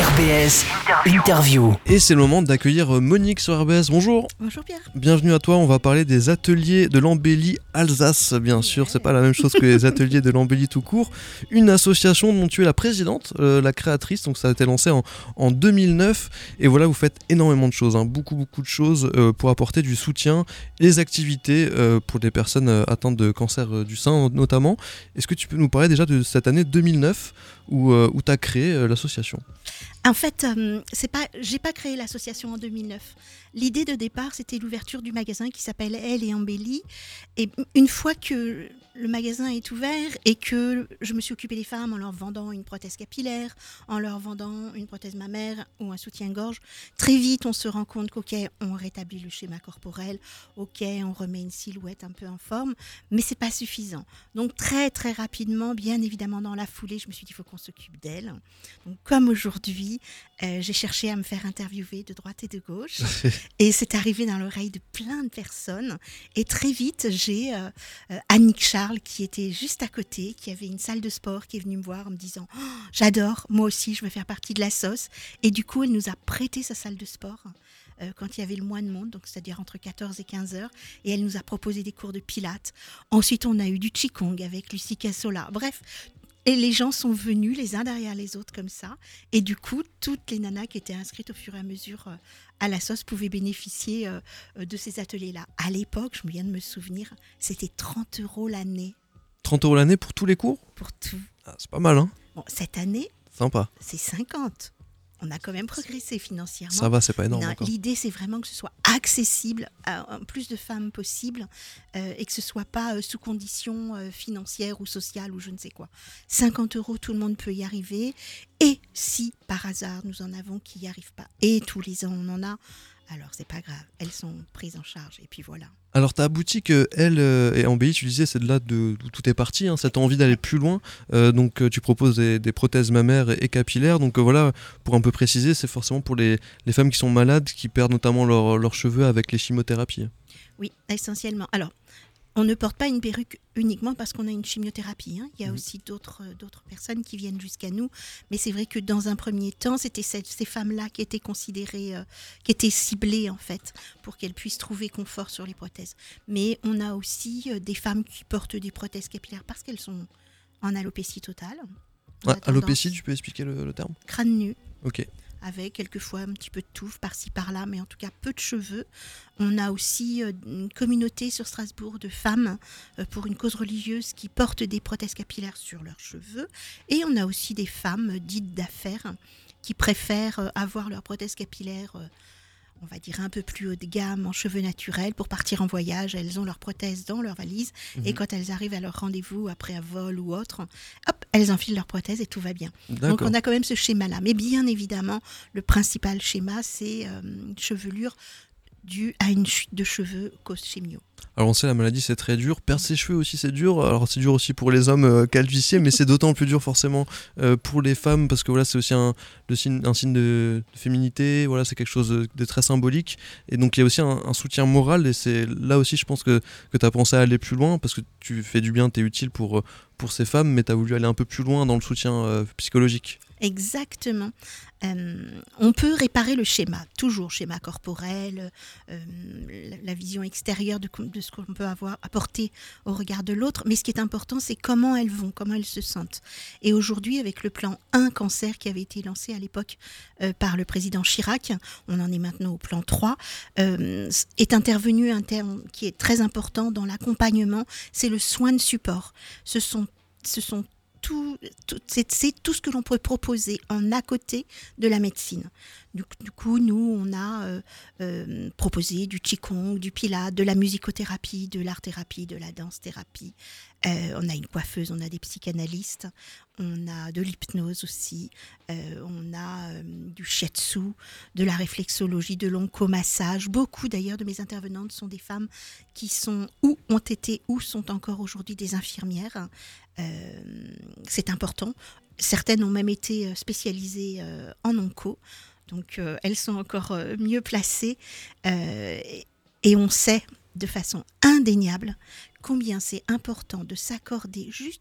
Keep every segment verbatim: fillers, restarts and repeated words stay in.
R B S Interview. Et c'est le moment d'accueillir Monique sur R B S. Bonjour. Bonjour Pierre. Bienvenue à toi. On va parler des ateliers de l'embellie Alsace. Bien sûr, c'est pas la même chose que les ateliers de l'embellie tout court. Une association dont tu es la présidente, euh, la créatrice. Donc ça a été lancé en, en deux mille neuf. Et voilà, vous faites énormément de choses, hein. beaucoup beaucoup de choses euh, pour apporter du soutien et des activités euh, pour des personnes euh, atteintes de cancer euh, du sein notamment. Est-ce que tu peux nous parler déjà de cette année deux mille neuf où, euh, où tu as créé euh, l'association ? En fait, euh, c'est pas, j'ai pas créé l'association en deux mille neuf. L'idée de départ, c'était l'ouverture du magasin qui s'appelle Elle et Embellie. Et une fois que le magasin est ouvert et que je me suis occupée des femmes en leur vendant une prothèse capillaire, en leur vendant une prothèse mammaire ou un soutien-gorge, très vite on se rend compte qu'ok, on rétablit le schéma corporel, ok, on remet une silhouette un peu en forme, mais c'est pas suffisant. Donc très très rapidement, bien évidemment dans la foulée, je me suis dit il faut qu'on s'occupe d'elle. Donc comme aujourd'hui, euh, j'ai cherché à me faire interviewer de droite et de gauche. Et c'est arrivé dans l'oreille de plein de personnes. Et très vite, j'ai euh, euh, Annick Charles qui était juste à côté, qui avait une salle de sport, qui est venue me voir en me disant oh, « J'adore, moi aussi, je veux faire partie de la sauce ». Et du coup, elle nous a prêté sa salle de sport euh, quand il y avait le moins de monde, donc c'est-à-dire entre quatorze et quinze heures. Et elle nous a proposé des cours de pilates. Ensuite, on a eu du qigong avec Lucie Cassola. Bref, et les gens sont venus les uns derrière les autres comme ça. Et du coup, toutes les nanas qui étaient inscrites au fur et à mesure euh, à la sauce pouvaient bénéficier euh, de ces ateliers-là. À l'époque, je me viens de me souvenir, c'était trente euros l'année. trente euros l'année pour tous les cours ? Pour tout. Ah, c'est pas mal, hein ? Bon, cette année, Sympa. c'est cinquante. On a quand même progressé financièrement. Ça va, c'est pas énorme Non, encore. L'idée, c'est vraiment que ce soit accessible à un plus de femmes possible euh, et que ce ne soit pas euh, sous conditions euh, financières ou sociales ou je ne sais quoi. cinquante euros, tout le monde peut y arriver. Et si, par hasard, nous en avons qui n'y arrivent pas, et tous les ans on en a, alors c'est pas grave, elles sont prises en charge. Et puis voilà. Alors ta boutique, euh, elle euh, et Embellie, tu disais, c'est de là de, d'où tout est parti, hein, cette envie d'aller plus loin. Euh, donc euh, tu proposes des, des prothèses mammaires et, et capillaires. Donc euh, voilà, pour un peu préciser, c'est forcément pour les, les femmes qui sont malades, qui perdent notamment leur- leurs cheveux avec les chimiothérapies. Oui, essentiellement. Alors, on ne porte pas une perruque uniquement parce qu'on a une chimiothérapie, hein. Il y a Mhm. aussi d'autres, euh, d'autres personnes qui viennent jusqu'à nous. Mais c'est vrai que dans un premier temps, c'était cette- ces femmes-là qui étaient considérées, euh, qui étaient ciblées en fait, pour qu'elles puissent trouver confort sur les prothèses. Mais on a aussi euh, des femmes qui portent des prothèses capillaires parce qu'elles sont en alopécie totale. On a Ah, alopécie, tendance- tu peux expliquer le, le terme ? Crâne nu, Ok. avec quelquefois un petit peu de touffe par-ci par-là, mais en tout cas peu de cheveux. On a aussi euh, une communauté sur Strasbourg de femmes euh, pour une cause religieuse qui portent des prothèses capillaires sur leurs cheveux. Et on a aussi des femmes euh, dites d'affaires qui préfèrent euh, avoir leurs prothèses capillaires, euh, on va dire un peu plus haut de gamme, en cheveux naturels, pour partir en voyage. Elles ont leurs prothèses dans leur valise. Mhm. Et quand elles arrivent à leur rendez-vous, après un vol ou autre, hop, elles enfilent leurs prothèses et tout va bien. Donc D'accord. on a quand même ce schéma-là. Mais bien évidemment, le principal schéma, c'est euh, une chevelure due à une chute de cheveux cause chimio. Alors on sait, la maladie c'est très dur, perdre ses cheveux aussi c'est dur, alors c'est dur aussi pour les hommes euh, calviciés, mais c'est d'autant plus dur forcément euh, pour les femmes, parce que voilà, c'est aussi un, le signe, un signe de, de féminité, voilà, c'est quelque chose de, de très symbolique, et donc il y a aussi un, un soutien moral, et c'est là aussi je pense que, que tu as pensé à aller plus loin, parce que tu fais du bien, tu es utile pour, pour ces femmes, mais tu as voulu aller un peu plus loin dans le soutien euh, psychologique. Exactement. Euh, on peut réparer le schéma, toujours schéma corporel, euh, la, la vision extérieure de, de ce qu'on peut avoir apporté au regard de l'autre, mais ce qui est important, c'est comment elles vont, comment elles se sentent. Et aujourd'hui, avec le plan un cancer qui avait été lancé à l'époque euh, par le président Chirac, on en est maintenant au plan trois, euh, est intervenu un terme qui est très important dans l'accompagnement, c'est le soin de support. Ce sont, ce sont Tout, tout, c'est, c'est tout ce que l'on peut proposer en à côté de la médecine. Du, du coup, nous, on a euh, euh, proposé du qigong, du pilates, de la musicothérapie, de l'art-thérapie, de la danse-thérapie. Euh, on a une coiffeuse, on a des psychanalystes, on a de l'hypnose aussi, euh, on a euh, du shiatsu, de la réflexologie, de l'oncomassage. Beaucoup d'ailleurs de mes intervenantes sont des femmes qui sont ou ont été ou sont encore aujourd'hui des infirmières. Euh, c'est important. Certaines ont même été spécialisées euh, en onco. Donc, euh, elles sont encore euh, mieux placées. Euh, et, et on sait de façon indéniable combien c'est important de s'accorder juste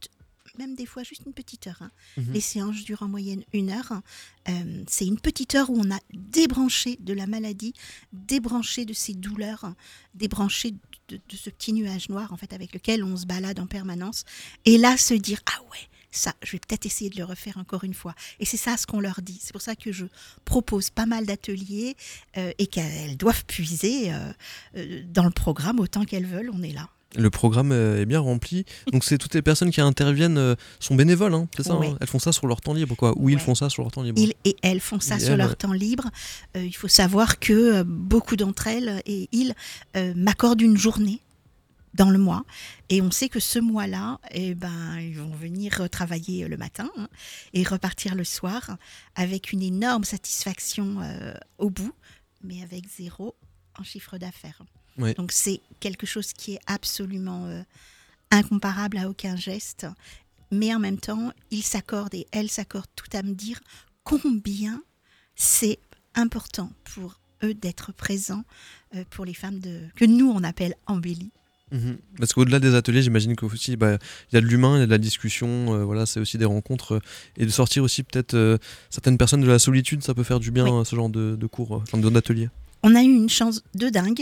même des fois juste une petite heure. Hein. Mhm. Les séances durent en moyenne une heure. Euh, c'est une petite heure où on a débranché de la maladie, débranché de ces douleurs, débranché de, de ce petit nuage noir en fait avec lequel on se balade en permanence. Et là, se dire ah ouais. Ça, je vais peut-être essayer de le refaire encore une fois. Et c'est ça ce qu'on leur dit. C'est pour ça que je propose pas mal d'ateliers euh, et qu'elles doivent puiser euh, euh, dans le programme autant qu'elles veulent. On est là. Le programme euh, est bien rempli. Donc c'est toutes les personnes qui interviennent euh, sont bénévoles, hein, c'est ça Ouais. hein. Elles font ça sur leur temps libre, quoi. Ou Ouais. ils font ça sur leur temps libre. Ils et elles font ça Et sur elles, leur ouais. temps libre. Euh, il faut savoir que euh, beaucoup d'entre elles et ils euh, m'accordent une journée dans le mois. Et on sait que ce mois-là, eh ben, ils vont venir travailler le matin hein, et repartir le soir avec une énorme satisfaction euh, au bout, mais avec zéro en chiffre d'affaires. Ouais. Donc c'est quelque chose qui est absolument euh, incomparable à aucun geste. Mais en même temps, ils s'accordent et elles s'accordent tout à me dire combien c'est important pour eux d'être présents euh, pour les femmes de, que nous on appelle embellies. Mhm. Parce qu'au-delà des ateliers, j'imagine qu'il aussi, bah, y a de l'humain, il y a de la discussion, euh, voilà, c'est aussi des rencontres. Euh, et de sortir aussi peut-être euh, certaines personnes de la solitude, ça peut faire du bien, Oui. euh, ce genre de, de cours, euh, enfin d'ateliers. On a eu une chance de dingue.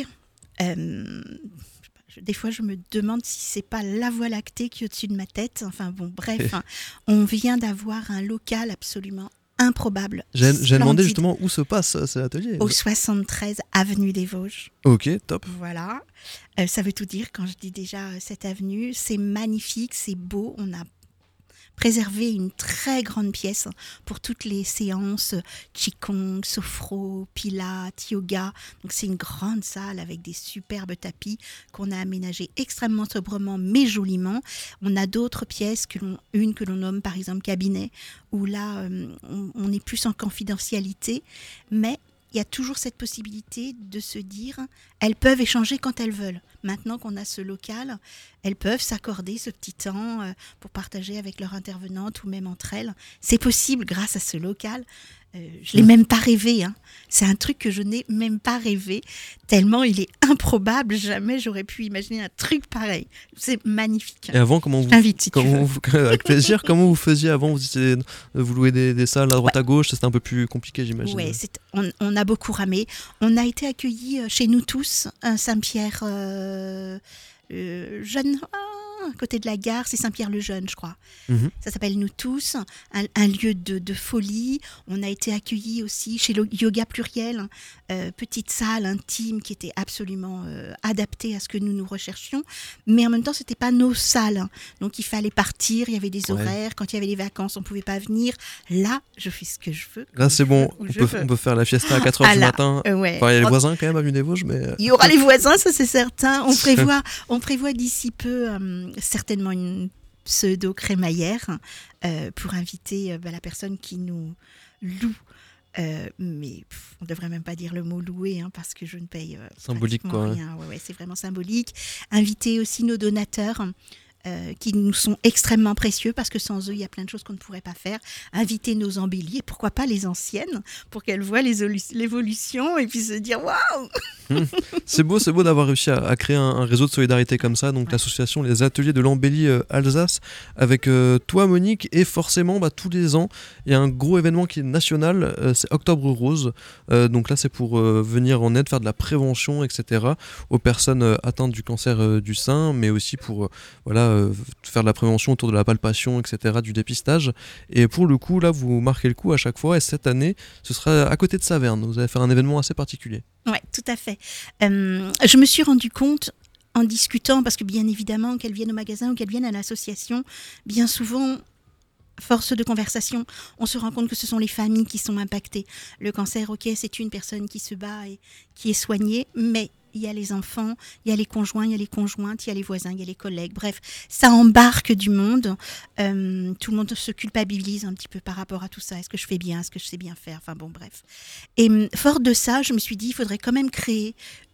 Euh, je- des fois, je me demande si c'est pas la Voie lactée qui est au-dessus de ma tête. Enfin bon, bref, hein, on vient d'avoir un local absolument improbable. J'ai j'ai demandé splendide, justement où se passe euh, cet atelier. au soixante-treize avenue des Vosges. Ok, top. Voilà. Euh, ça veut tout dire quand je dis déjà euh, cette avenue. C'est magnifique, c'est beau. On a préservé une très grande pièce pour toutes les séances Qigong, Sophro, Pilates, Yoga. Donc c'est une grande salle avec des superbes tapis qu'on a aménagé extrêmement sobrement mais joliment. On a d'autres pièces, que l'on, une que l'on nomme par exemple cabinet, où là euh, on, on est plus en confidentialité, mais il y a toujours cette possibilité de se dire, elles peuvent échanger quand elles veulent. Maintenant qu'on a ce local, elles peuvent s'accorder ce petit temps euh, pour partager avec leur intervenante ou même entre elles. C'est possible grâce à ce local. Euh, je ne l'ai même pas rêvé. Hein. C'est un truc que je n'ai même pas rêvé, tellement il est improbable. Jamais j'aurais pu imaginer un truc pareil. C'est magnifique. Et avant, comment Je vous, t'invite si tu comment veux. vous avec plaisir, comment vous faisiez avant vous, étiez, vous louez des, des salles à droite Ouais. à gauche, c'était un peu plus compliqué, j'imagine. Ouais, c'est, on, on a beaucoup ramé. On a été accueillis euh, chez nous tous, à Saint-Pierre euh, euh, jeune, ah, à côté de la gare, c'est Saint-Pierre-le-Jeune, je crois. Mhm. Ça s'appelle Nous tous, un, un lieu de, de folie. On a été accueillis aussi chez le Yoga Pluriel, euh, petite salle intime qui était absolument euh, adaptée à ce que nous nous recherchions. Mais en même temps, c'était pas nos salles. Hein. Donc il fallait partir, il y avait des Ouais. horaires. Quand il y avait les vacances, on pouvait pas venir. Là, je fais ce que je veux. Là, quand c'est je bon, veux, où on je peut, veux. on peut faire la fiesta à quatre heures Ah du là, matin. Euh, ouais. Enfin, il y a les En- voisins quand même, avenue des Vosges, mais. euh, Il y aura les voisins, ça c'est certain. On prévoit, on prévoit d'ici peu euh, certainement une pseudo-crémaillère euh, pour inviter euh, bah, la personne qui nous loue. Euh, mais pff, on ne devrait même pas dire le mot louer hein, parce que je ne paye euh, Symbolique, pratiquement quoi, ouais. rien. Ouais, ouais, c'est vraiment symbolique. Inviter aussi nos donateurs. Euh, qui nous sont extrêmement précieux parce que sans eux, il y a plein de choses qu'on ne pourrait pas faire. Inviter nos embellies, et pourquoi pas les anciennes, pour qu'elles voient les olu- l'évolution et puis se dire waouh. C'est beau, c'est beau d'avoir réussi à, à créer un, un réseau de solidarité comme ça. Donc Ouais. l'association Les Ateliers de l'Embellie euh, Alsace, avec euh, toi Monique, et forcément bah, tous les ans, il y a un gros événement qui est national, euh, c'est Octobre Rose. Euh, donc là c'est pour euh, venir en aide, faire de la prévention, et cetera aux personnes euh, atteintes du cancer euh, du sein, mais aussi pour euh, voilà, euh, faire de la prévention autour de la palpation, et cetera, du dépistage. Et pour le coup, là vous marquez le coup à chaque fois, et cette année ce sera à côté de Saverne. Vous allez faire un événement assez particulier. Oui, tout à fait. Euh, je me suis rendu compte en discutant, parce que bien évidemment, qu'elles viennent au magasin ou qu'elles viennent à l'association, bien souvent, force de conversation, on se rend compte que ce sont les familles qui sont impactées. Le cancer, ok, c'est une personne qui se bat et qui est soignée, mais il y a les enfants, il y a les conjoints, il y a les conjointes, il y a les voisins, il y a les collègues. Bref, ça embarque du monde. Euh, tout le monde se culpabilise un petit peu par rapport à tout ça. Est-ce que je fais bien? Est-ce que je sais bien faire? Enfin bon, bref. Et hum, fort de ça, je me suis dit, il faudrait quand même créer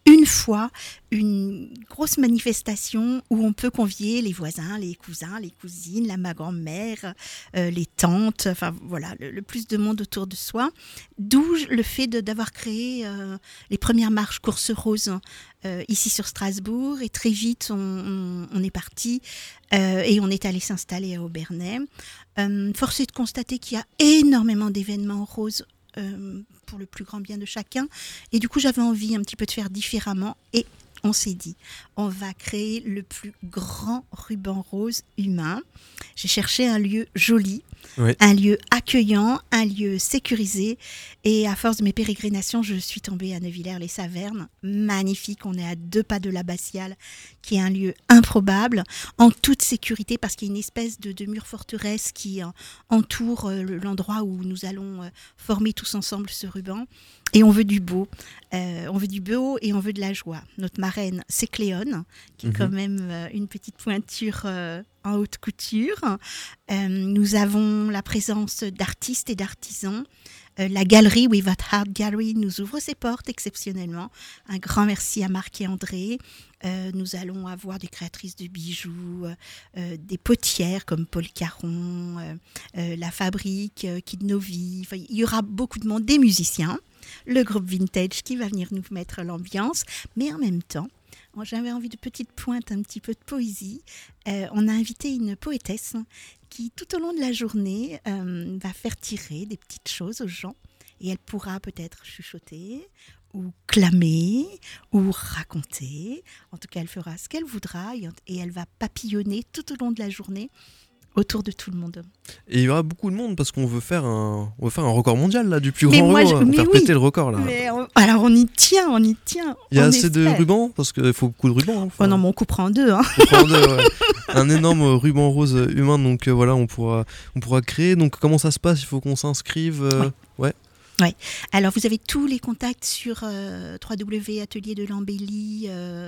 une fois une grosse manifestation où on peut convier les voisins, les cousins, les cousines, la ma grand-mère, euh, les tantes, enfin voilà, le, le plus de monde autour de soi. D'où le fait de, d'avoir créé euh, les premières marches courses roses euh, ici sur Strasbourg. Et très vite, on, on, on est parti euh, et on est allé s'installer à Obernai. Euh, force est de constater qu'il y a énormément d'événements roses euh, pour le plus grand bien de chacun. Et du coup, j'avais envie un petit peu de faire différemment. Et on s'est dit, on va créer le plus grand ruban rose humain. J'ai cherché un lieu joli, oui. un lieu accueillant, un lieu sécurisé. Et à force de mes pérégrinations, je suis tombée à Neuvillers-les-Savernes. Magnifique, on est à deux pas de l'Abbatiale, qui est un lieu improbable, en toute sécurité, parce qu'il y a une espèce de, de mur forteresse qui euh, entoure euh, l'endroit où nous allons euh, former tous ensemble ce ruban. Et on veut du beau, euh, on veut du beau et on veut de la joie. Notre marraine, c'est Cléone, qui est mmh. quand même euh, une petite pointure euh, en haute couture. Euh, nous avons la présence d'artistes et d'artisans. Euh, la galerie We That Art Gallery nous ouvre ses portes exceptionnellement. Un grand merci à Marc et André. Euh, nous allons avoir des créatrices de bijoux, euh, des potières comme Paul Caron, euh, euh, La Fabrique, euh, Kid Novi. Enfin, il y aura beaucoup de monde, des musiciens. Le groupe Vintage qui va venir nous mettre l'ambiance, mais en même temps, j'avais envie de petites pointes, un petit peu de poésie. Euh, on a invité une poétesse qui, tout au long de la journée, euh, va faire tirer des petites choses aux gens et elle pourra peut-être chuchoter ou clamer ou raconter. En tout cas, elle fera ce qu'elle voudra et elle va papillonner tout au long de la journée autour de tout le monde. Et il y aura beaucoup de monde parce qu'on veut faire un, on veut faire un record mondial là, du plus mais grand moi, ruban, je, on va faire oui, péter le record là. Mais on, alors on y tient, on y tient. Il y a assez espère. de rubans parce qu'il faut beaucoup de rubans. Hein, oh non, mais on coupera en deux. Hein. On coupera en deux, ouais. Un énorme ruban rose humain, donc euh, voilà, on pourra, on pourra créer. Donc comment ça se passe ? Il faut qu'on s'inscrive. Euh, ouais. ouais. Oui, alors vous avez tous les contacts sur euh, w w w point atelier de l'embellie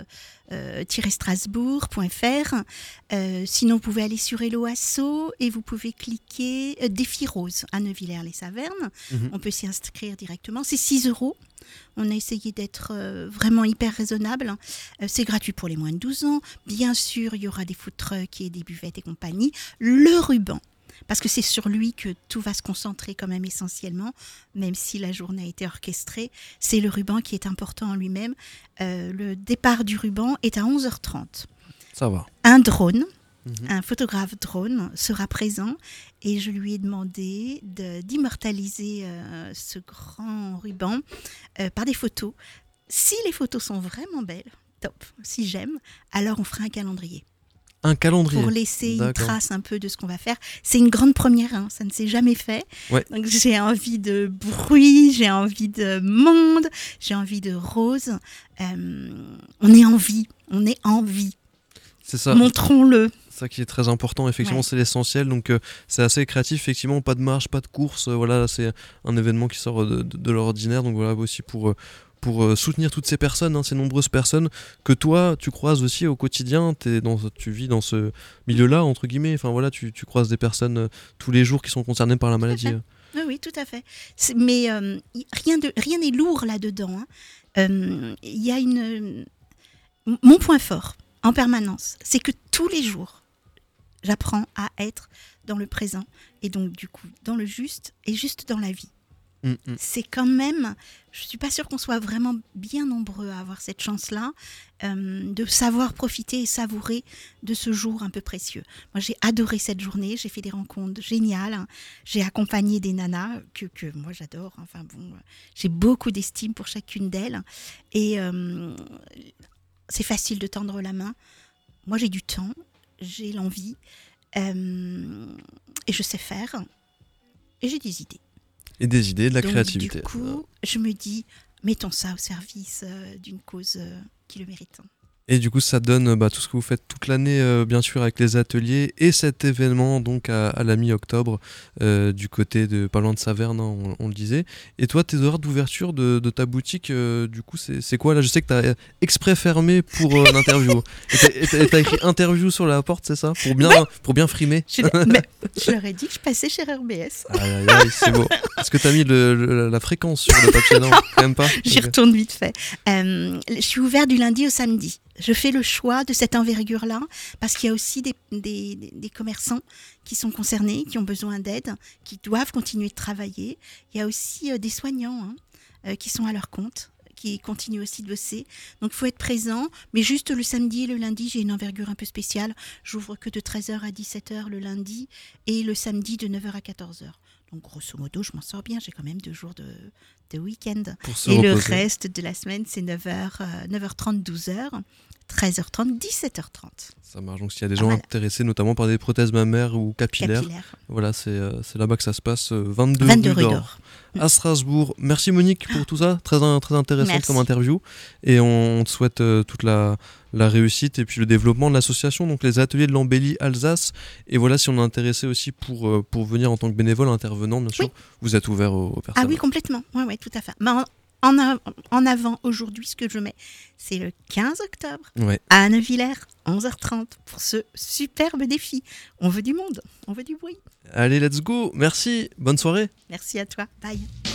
tiret strasbourg point f r. Euh, sinon, vous pouvez aller sur Hello Asso et vous pouvez cliquer euh, Défi Rose à Neuvillers-les-Savernes. Mm-hmm. On peut s'y inscrire directement. C'est six euros. On a essayé d'être euh, vraiment hyper raisonnable. Euh, c'est gratuit pour les moins de douze ans. Bien sûr, il y aura des food trucks et des buvettes et compagnie. Le ruban. Parce que c'est sur lui que tout va se concentrer quand même essentiellement, même si la journée a été orchestrée. C'est le ruban qui est important en lui-même. Euh, le départ du ruban est à onze heures trente. Ça va. Un drone, mmh. un photographe drone sera présent et je lui ai demandé de, d'immortaliser euh, ce grand ruban euh, par des photos. Si les photos sont vraiment belles, top. Si j'aime, alors on fera un calendrier. Un calendrier. Pour laisser D'accord. une trace un peu de ce qu'on va faire. C'est une grande première, hein, ça ne s'est jamais fait. Ouais. Donc j'ai envie de bruit, j'ai envie de monde, j'ai envie de rose. Euh, on est en vie, on est en vie. C'est ça. Montrons-le. C'est ça qui est très important, effectivement, ouais. c'est l'essentiel. Donc euh, c'est assez créatif, effectivement, pas de marche, pas de course. Euh, voilà, c'est un événement qui sort de, de, de l'ordinaire. Donc voilà, aussi pour... Euh, pour euh, soutenir toutes ces personnes, hein, ces nombreuses personnes que toi tu croises aussi au quotidien, t'es dans, tu vis dans ce milieu-là, entre guillemets, enfin voilà, tu, tu croises des personnes euh, tous les jours qui sont concernées par la maladie. Oui, oui, tout à fait. C'est, mais euh, rien, de, rien n'est lourd là-dedans. Il hein. euh, y a une... Mon point fort, en permanence, c'est que tous les jours, j'apprends à être dans le présent, et donc du coup, dans le juste, et juste dans la vie. Mmh, mmh. C'est quand même, je ne suis pas sûre qu'on soit vraiment bien nombreux à avoir cette chance-là, euh, de savoir profiter et savourer de ce jour un peu précieux. Moi, j'ai adoré cette journée, j'ai fait des rencontres géniales, hein. J'ai accompagné des nanas que, que moi j'adore, enfin bon, euh, j'ai beaucoup d'estime pour chacune d'elles, et euh, c'est facile de tendre la main. Moi, j'ai du temps, j'ai l'envie, euh, et je sais faire, et j'ai des idées. Et des idées, de la Donc, créativité. Du coup, je me dis, mettons ça au service euh, d'une cause euh, qui le mérite. Et du coup, ça donne bah, tout ce que vous faites toute l'année, euh, bien sûr, avec les ateliers et cet événement donc à, à la mi-octobre euh, du côté de pas loin de Saverne, hein, on, on le disait. Et toi, tes horaires d'ouverture de, de ta boutique, euh, du coup, c'est, c'est quoi là? Je sais que tu as exprès fermé pour euh, l'interview. Et tu as écrit interview sur la porte, c'est ça? Pour bien, ouais. pour bien frimer. Je, mais, je leur ai dit que je passais chez R B S. Aïe, aïe, aïe, c'est beau. Est-ce que tu as mis le, le, la fréquence sur le papier? Non, quand même pas. J'y okay. retourne vite fait. Euh, je suis ouvert du lundi au samedi. Je fais le choix de cette envergure-là parce qu'il y a aussi des, des, des commerçants qui sont concernés, qui ont besoin d'aide, qui doivent continuer de travailler. Il y a aussi euh, des soignants hein, euh, qui sont à leur compte, qui continuent aussi de bosser. Donc il faut être présent, mais juste le samedi et le lundi, j'ai une envergure un peu spéciale. J'ouvre que de treize heures à dix-sept heures le lundi et le samedi de neuf heures à quatorze heures. Donc grosso modo, je m'en sors bien, j'ai quand même deux jours de, de week-end. Et reposer. Le reste de la semaine, c'est neuf heures, euh, neuf heures trente, douze heures, treize heures trente, dix-sept heures trente. Ça marche, donc s'il y a des gens ah, voilà. intéressés notamment par des prothèses mammaires ou capillaires, capillaire. voilà, c'est, euh, c'est là-bas que ça se passe, euh, vingt-deux, vingt-deux rue rue d'Or, d'Or. à Strasbourg. Merci Monique pour tout ça, très, très intéressante Merci. Comme interview. Et on te souhaite euh, toute la, la réussite et puis le développement de l'association, donc les ateliers de l'embellie Alsace. Et voilà, si on est intéressé aussi pour, euh, pour venir en tant que bénévole intervenant, bien sûr, oui. vous êtes ouvert aux, aux personnes. Ah oui, complètement, oui, ouais, tout à fait. Mais en, en, av- en avant, aujourd'hui, ce que je mets, c'est le quinze octobre, ouais. à Annevillers, onze heures trente, pour ce superbe défi. On veut du monde, on veut du bruit. Allez, let's go, merci, bonne soirée. Merci à toi, bye.